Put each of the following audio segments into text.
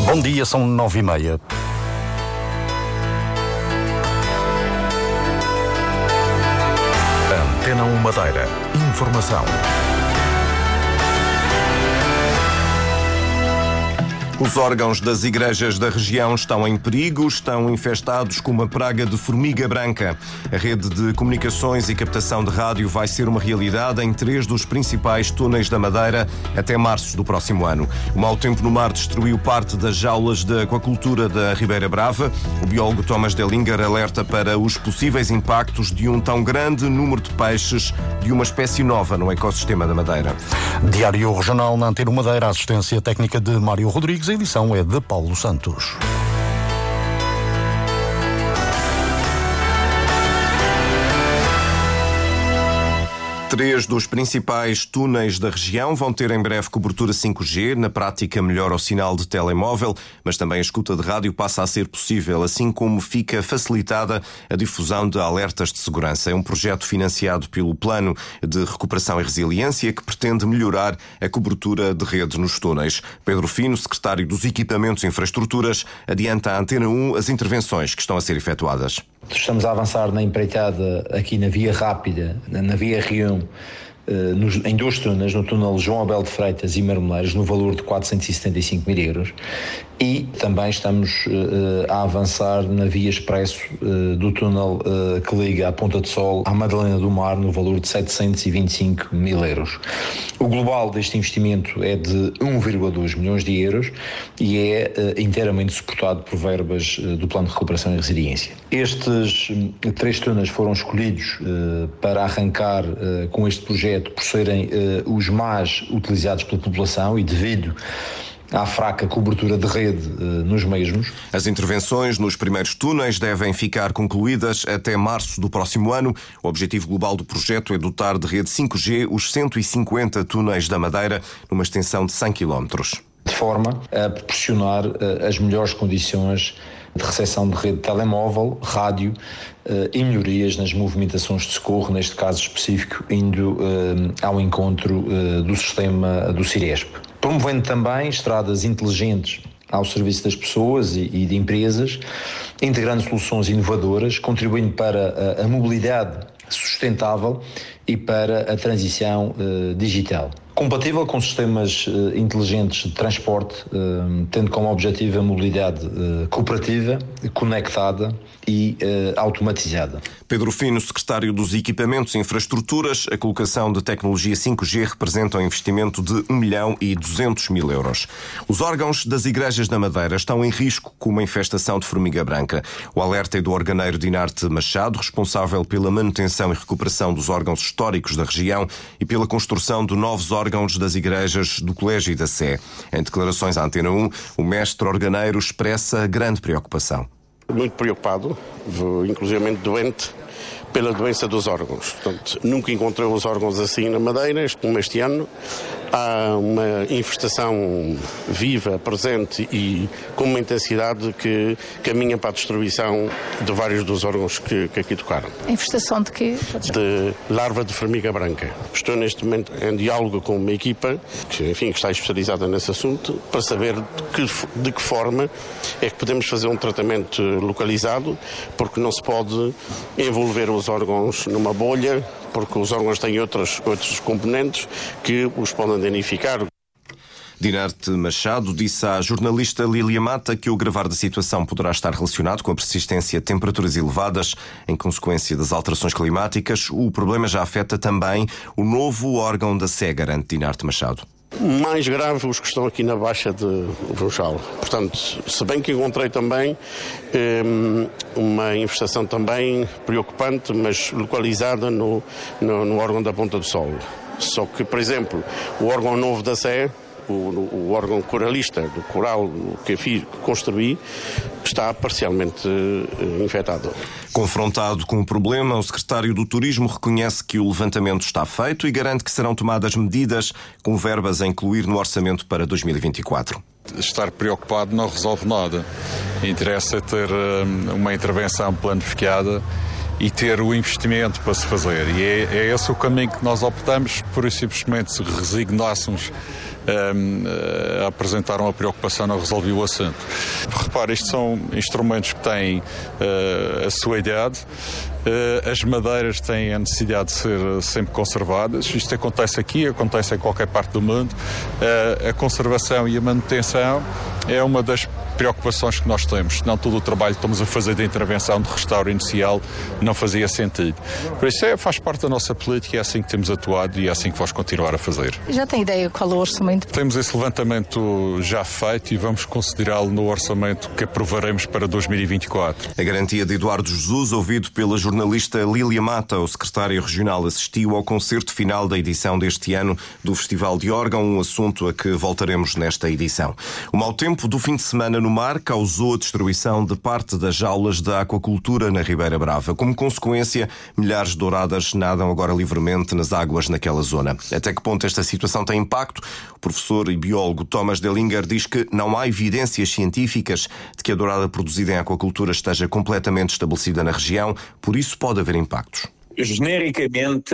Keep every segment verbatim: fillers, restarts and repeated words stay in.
Bom dia, são nove e meia. Antena um Madeira. Informação. Os órgãos das igrejas da região estão em perigo, estão infestados com uma praga de formiga branca. A rede de comunicações e captação de rádio vai ser uma realidade em três dos principais túneis da Madeira até março do próximo ano. O mau tempo no mar destruiu parte das jaulas de aquacultura da Ribeira Brava. O biólogo Thomas Dellinger alerta para os possíveis impactos de um tão grande número de peixes de uma espécie nova no ecossistema da Madeira. Diário Regional na Antena um Madeira, assistência técnica de Mário Rodrigues. A edição é de Paulo Santos. Três dos principais túneis da região vão ter em breve cobertura cinco G. Na prática, melhora o sinal de telemóvel, mas também a escuta de rádio passa a ser possível, assim como fica facilitada a difusão de alertas de segurança. É um projeto financiado pelo Plano de Recuperação e Resiliência que pretende melhorar a cobertura de rede nos túneis. Pedro Fino, secretário dos Equipamentos e Infraestruturas, adianta à Antena um as intervenções que estão a ser efetuadas. Estamos a avançar na empreitada aqui na Via Rápida, na Via Rion, nos, em dois túneis, no túnel João Abel de Freitas e Marmeleiros, no valor de quatrocentos e setenta e cinco mil euros. E também estamos uh, a avançar na Via Expresso uh, do túnel uh, que liga a Ponta de Sol à Madalena do Mar, no valor de setecentos e vinte e cinco mil euros. O global deste investimento é de um vírgula dois milhões de euros e é uh, inteiramente suportado por verbas uh, do Plano de Recuperação e Resiliência. Estes uh, três túneis foram escolhidos uh, para arrancar uh, com este projeto por serem uh, os mais utilizados pela população e devido à fraca cobertura de rede uh, nos mesmos. As intervenções nos primeiros túneis devem ficar concluídas até março do próximo ano. O objetivo global do projeto é dotar de rede cinco G os cento e cinquenta túneis da Madeira, numa extensão de cem quilómetros. De forma a proporcionar uh, as melhores condições de recepção de rede de telemóvel, rádio uh, e melhorias nas movimentações de socorro, neste caso específico, indo uh, ao encontro uh, do sistema do Ciresp. Promovendo também estradas inteligentes ao serviço das pessoas e, e de empresas, integrando soluções inovadoras, contribuindo para a, a mobilidade sustentável e para a transição uh, digital. Compatível com sistemas uh, inteligentes de transporte, uh, tendo como objetivo a mobilidade uh, cooperativa, conectada e uh, automatizada. Pedro Fino, secretário dos Equipamentos e Infraestruturas, a colocação de tecnologia cinco G representa um investimento de um milhão e duzentos mil euros. Os órgãos das igrejas da Madeira estão em risco com uma infestação de formiga branca. O alerta é do organeiro Dinarte Machado, responsável pela manutenção e recuperação dos órgãos históricos da região e pela construção de novos órgãos das igrejas do Colégio e da Sé. Em declarações à Antena um, o mestre organeiro expressa grande preocupação. Muito preocupado, inclusivamente doente, pela doença dos órgãos. Portanto, nunca encontrei os órgãos assim na Madeira, como este ano. Há uma infestação viva, presente e com uma intensidade que caminha para a destruição de vários dos órgãos que, que aqui tocaram. A infestação de quê? De larva de formiga branca. Estou neste momento em diálogo com uma equipa que, enfim, que está especializada nesse assunto para saber de que, de que forma é que podemos fazer um tratamento localizado, porque não se pode envolver os órgãos numa bolha, porque os órgãos têm outros, outros componentes que os podem danificar. Dinarte Machado disse à jornalista Lília Mata que o agravar da situação poderá estar relacionado com a persistência de temperaturas elevadas em consequência das alterações climáticas. O problema já afeta também o novo órgão da Sé, garante Dinarte Machado. Mais grave os que estão aqui na Baixa de Funchal. Portanto, se bem que encontrei também um, uma infestação também preocupante, mas localizada no, no, no órgão da Ponta do Sol. Só que, por exemplo, o órgão novo da Sé, o, o órgão coralista do coral que, fiz, que construí, está parcialmente uh, infectado. Confrontado com o problema, o secretário do Turismo reconhece que o levantamento está feito e garante que serão tomadas medidas com verbas a incluir no orçamento para dois mil e vinte e quatro. Estar preocupado não resolve nada. Interessa ter um, uma intervenção planificada e ter o investimento para se fazer. E é, é esse o caminho que nós optamos, por simplesmente se resignássemos um, apresentaram a preocupação, não resolveu o assunto. Repare, isto são instrumentos que têm uh, a sua idade. Uh, as madeiras têm a necessidade de ser sempre conservadas. Isto acontece aqui, acontece em qualquer parte do mundo. Uh, a conservação e a manutenção é uma das preocupações que nós temos. Senão todo o trabalho que estamos a fazer de intervenção de restauro inicial não fazia sentido. Por isso é, faz parte da nossa política, é assim que temos atuado e é assim que vamos continuar a fazer. Já tem ideia qual é o orçamento? Temos esse levantamento já feito e vamos considerá-lo no orçamento que aprovaremos para dois mil e vinte e quatro. A garantia de Eduardo Jesus, ouvido pela jornalista Lília Mata, o secretário regional, assistiu ao concerto final da edição deste ano do Festival de Órgão, um assunto a que voltaremos nesta edição. O mau tempo do fim de semana no mar causou a destruição de parte das jaulas da aquacultura na Ribeira Brava. Como consequência, milhares de douradas nadam agora livremente nas águas naquela zona. Até que ponto esta situação tem impacto? O professor e biólogo Thomas Dellinger diz que não há evidências científicas de que a dourada produzida em aquacultura esteja completamente estabelecida na região, por isso pode haver impactos. Genericamente,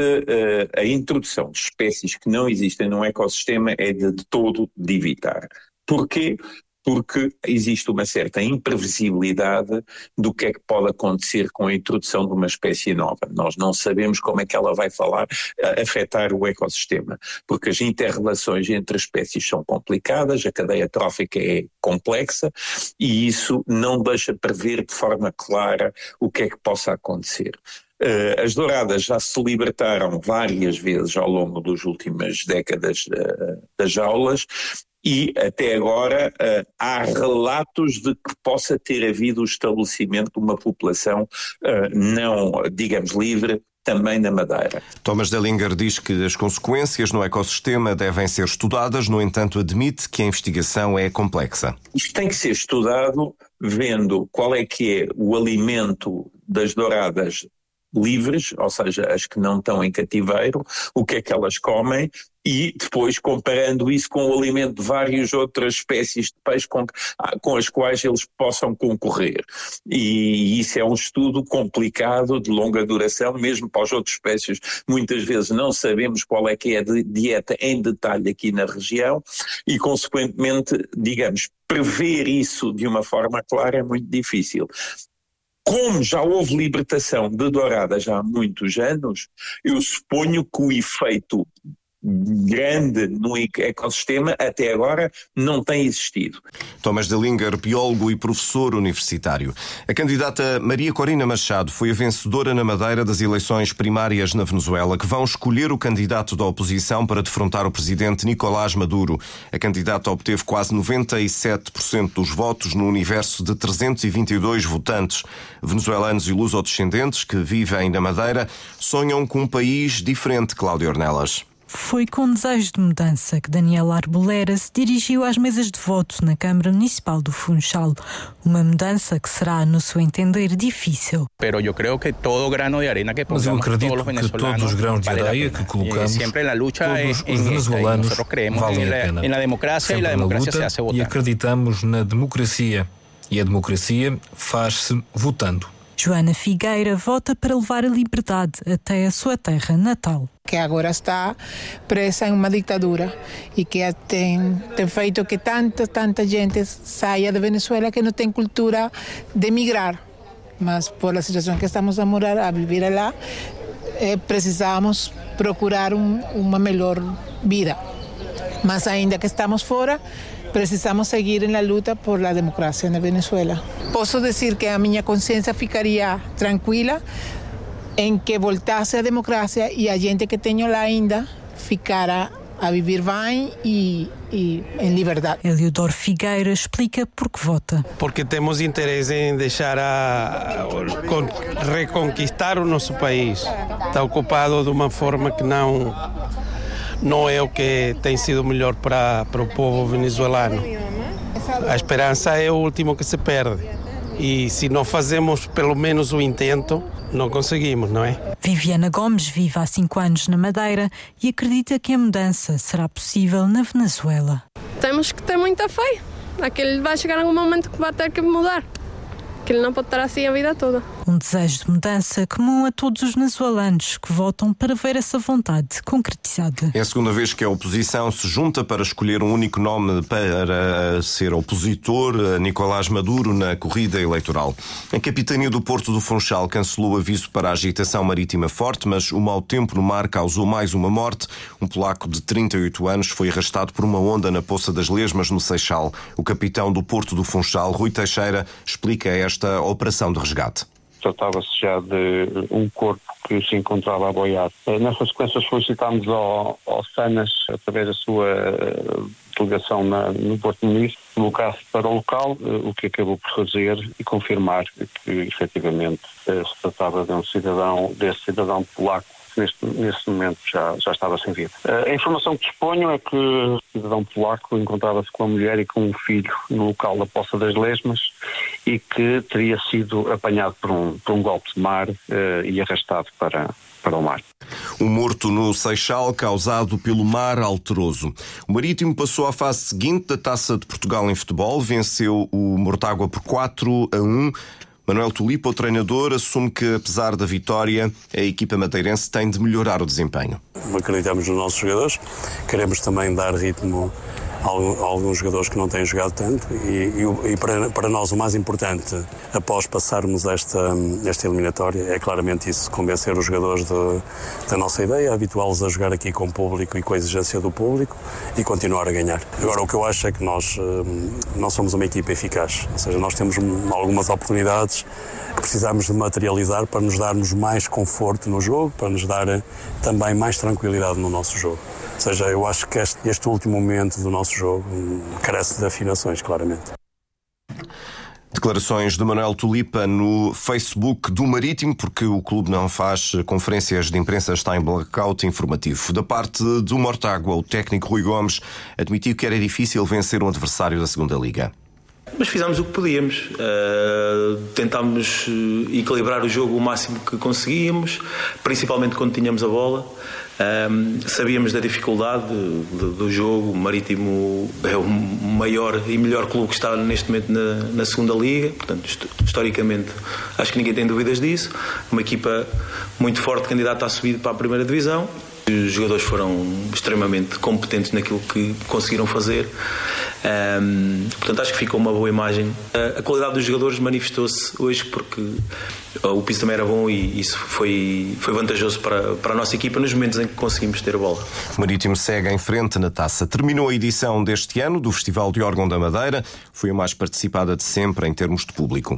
a introdução de espécies que não existem num ecossistema é de, de todo de evitar. Porquê? Porque existe uma certa imprevisibilidade do que é que pode acontecer com a introdução de uma espécie nova. Nós não sabemos como é que ela vai falar, afetar o ecossistema, porque as interrelações entre espécies são complicadas, a cadeia trófica é complexa e isso não deixa prever de forma clara o que é que possa acontecer. Uh, as douradas já se libertaram várias vezes ao longo das últimas décadas uh, das jaulas e até agora uh, há relatos de que possa ter havido o estabelecimento de uma população uh, não, digamos, livre também na Madeira. Thomas Dellinger diz que as consequências no ecossistema devem ser estudadas, no entanto admite que a investigação é complexa. Isto tem que ser estudado vendo qual é que é o alimento das douradas livres, ou seja, as que não estão em cativeiro, o que é que elas comem e depois comparando isso com o alimento de várias outras espécies de peixe com, com as quais eles possam concorrer. E isso é um estudo complicado, de longa duração, mesmo para as outras espécies. Muitas vezes não sabemos qual é que é a dieta em detalhe aqui na região e, consequentemente, digamos, prever isso de uma forma clara é muito difícil. Como já houve libertação de douradas há muitos anos, eu suponho que o efeito grande no ecossistema até agora não tem existido. Thomas Dellinger, biólogo e professor universitário. A candidata Maria Corina Machado foi a vencedora na Madeira das eleições primárias na Venezuela, que vão escolher o candidato da oposição para defrontar o presidente Nicolás Maduro. A candidata obteve quase noventa e sete por cento dos votos no universo de trezentos e vinte e dois votantes. Venezuelanos e lusodescendentes que vivem na Madeira sonham com um país diferente, Cláudia Ornelas. Foi com desejo de mudança que Daniela Arbolera se dirigiu às mesas de voto na Câmara Municipal do Funchal. Uma mudança que será, no seu entender, difícil. Mas eu acredito que todos os grãos de areia que colocamos, todos os venezuelanos, valem a pena. Sempre na luta e acreditamos na democracia. E a democracia faz-se votando. Joana Figueira vota para levar a liberdade até a sua terra natal. Que agora está presa em uma ditadura e que tem, tem feito que tanta, tanta gente saia de Venezuela que não tem cultura de emigrar. Mas por a situação que estamos a morar, a viver lá, eh, precisamos procurar um, uma melhor vida. Mas ainda que estamos fora, precisamos seguir na luta por a democracia na Venezuela. Posso dizer que a minha consciência ficaria tranquila em que voltasse a democracia e a gente que tenho lá ainda ficara a viver bem e, e em liberdade. Eliodoro Figueira explica por que vota. Porque temos interesse em deixar a, a reconquistar o nosso país. Está ocupado de uma forma que não, não é o que tem sido melhor para, para o povo venezuelano. A esperança é o último que se perde. E se não fazemos pelo menos o intento, não conseguimos, não é? Viviana Gomes vive há cinco anos na Madeira e acredita que a mudança será possível na Venezuela. Temos que ter muita fé. Aquele vai chegar um momento que vai ter que mudar. Que ele não pode estar assim a vida toda. Um desejo de mudança comum a todos os venezuelanos que votam para ver essa vontade concretizada. É a segunda vez que a oposição se junta para escolher um único nome para ser opositor a Nicolás Maduro na corrida eleitoral. A capitania do Porto do Funchal cancelou aviso para a agitação marítima forte, mas o mau tempo no mar causou mais uma morte. Um polaco de trinta e oito anos foi arrastado por uma onda na Poça das Lesmas, no Seixal. O capitão do Porto do Funchal, Rui Teixeira, explica esta operação de resgate. Tratava-se já de um corpo que se encontrava a boiar. Nessa sequência solicitámos ao, ao SANAS, através da sua delegação na, no Porto de Muniz, deslocar-se para o local, o que acabou por fazer e confirmar que efetivamente se tratava de um cidadão, desse cidadão polaco, Neste, neste momento já, já estava sem vida. A informação que disponho é que o cidadão polaco encontrava-se com a mulher e com um filho no local da Poça das Lesmas e que teria sido apanhado por um, por um golpe de mar uh, e arrastado para, para o mar. Um morto no Seixal causado pelo mar alteroso. O Marítimo passou à fase seguinte da Taça de Portugal em futebol, venceu o Mortágua por quatro a um. Manuel Tulipa, o treinador, assume que, apesar da vitória, a equipa madeirense tem de melhorar o desempenho. Acreditamos nos nossos jogadores, queremos também dar ritmo a alguns jogadores que não têm jogado tanto e, e, e para, para nós o mais importante, após passarmos esta, esta eliminatória, é claramente isso, convencer os jogadores de, da nossa ideia, habituá-los a jogar aqui com o público e com a exigência do público e continuar a ganhar. Agora, o que eu acho é que nós não somos uma equipa eficaz, ou seja, nós temos algumas oportunidades que precisamos de materializar para nos darmos mais conforto no jogo, para nos dar também mais tranquilidade no nosso jogo. Ou seja, eu acho que este, este último momento do nosso jogo carece de afinações, claramente. Declarações de Manuel Tulipa no Facebook do Marítimo, porque o clube não faz conferências de imprensa, está em blackout informativo. Da parte do Mortágua, o técnico Rui Gomes admitiu que era difícil vencer um adversário da segunda Liga. Mas fizemos o que podíamos, uh, tentámos equilibrar o jogo o máximo que conseguíamos, principalmente quando tínhamos a bola. Um, sabíamos da dificuldade do, do jogo. O Marítimo é o maior e melhor clube que está neste momento na, na segunda Liga, portanto, historicamente, acho que ninguém tem dúvidas disso. Uma equipa muito forte, candidata a subir para a primeira divisão. Os jogadores foram extremamente competentes naquilo que conseguiram fazer. Um, portanto, acho que ficou uma boa imagem. A, a qualidade dos jogadores manifestou-se hoje porque o piso também era bom e isso foi, foi vantajoso para, para a nossa equipa nos momentos em que conseguimos ter a bola. O Marítimo segue em frente na taça. Terminou a edição deste ano do Festival de Órgão da Madeira. Foi a mais participada de sempre em termos de público.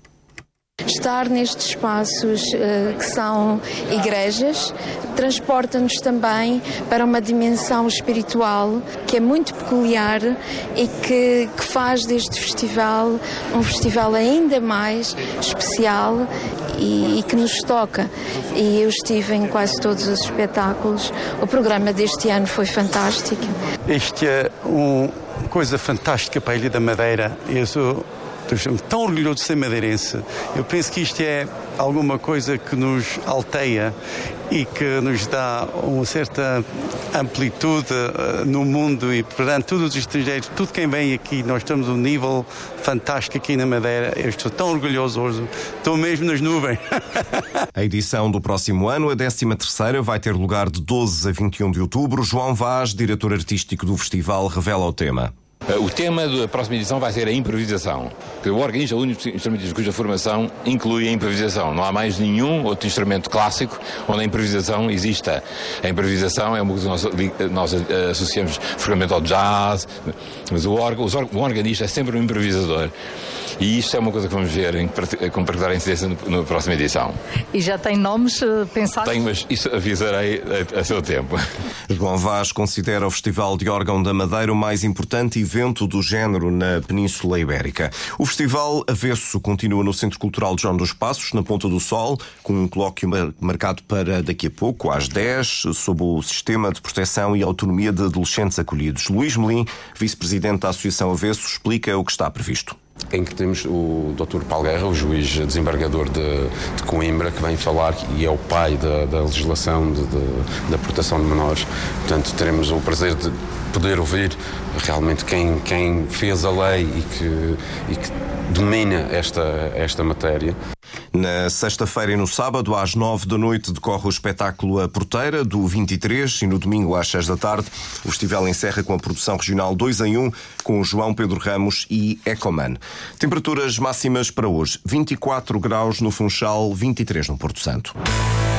Estar nestes espaços uh, que são igrejas transporta-nos também para uma dimensão espiritual que é muito peculiar e que, que faz deste festival um festival ainda mais especial e, e que nos toca. E eu estive em quase todos os espetáculos. O programa deste ano foi fantástico. Isto é uma coisa fantástica para a Ilha da Madeira. Eu sou Estou tão orgulhoso de ser madeirense. Eu penso que isto é alguma coisa que nos alteia e que nos dá uma certa amplitude uh, no mundo e perante todos os estrangeiros, tudo quem vem aqui, nós estamos um nível fantástico aqui na Madeira. Eu estou tão orgulhoso hoje, estou mesmo nas nuvens. A edição do próximo ano, a décima terceira, vai ter lugar de doze a vinte e um de outubro. João Vaz, diretor artístico do festival, revela o tema. O tema da próxima edição vai ser a improvisação. O organista é o único instrumento cuja formação inclui a improvisação. Não há mais nenhum outro instrumento clássico onde a improvisação exista. A improvisação é uma coisa que nós, nós associamos frequentemente ao jazz, mas o, org, o organista é sempre um improvisador. E isto é uma coisa que vamos ver em, com particular incidência na próxima edição. E já tem nomes uh, pensados? Tenho, mas isso avisarei a, a seu tempo. João Vaz considera o Festival de Órgão da Madeira o mais importante evento do género na Península Ibérica. O festival Avesso continua no Centro Cultural de João dos Passos, na Ponta do Sol, com um colóquio marcado para daqui a pouco, às dez, sob o Sistema de Proteção e Autonomia de Adolescentes Acolhidos. Luís Melim, vice-presidente da Associação Avesso, explica o que está previsto. Em que temos o doutor Paulo Guerra, o juiz desembargador de, de Coimbra, que vem falar e é o pai da, da legislação de, de, da proteção de menores. Portanto, teremos o prazer de poder ouvir realmente quem, quem fez a lei e que, e que domina esta, esta matéria. Na sexta-feira e no sábado, às nove da noite, decorre o espetáculo A Porteira, do vinte e três, e no domingo, às seis da tarde, o festival encerra com a produção regional dois em um, com o João Pedro Ramos e Ecoman. Temperaturas máximas para hoje: vinte e quatro graus no Funchal, vinte e três no Porto Santo.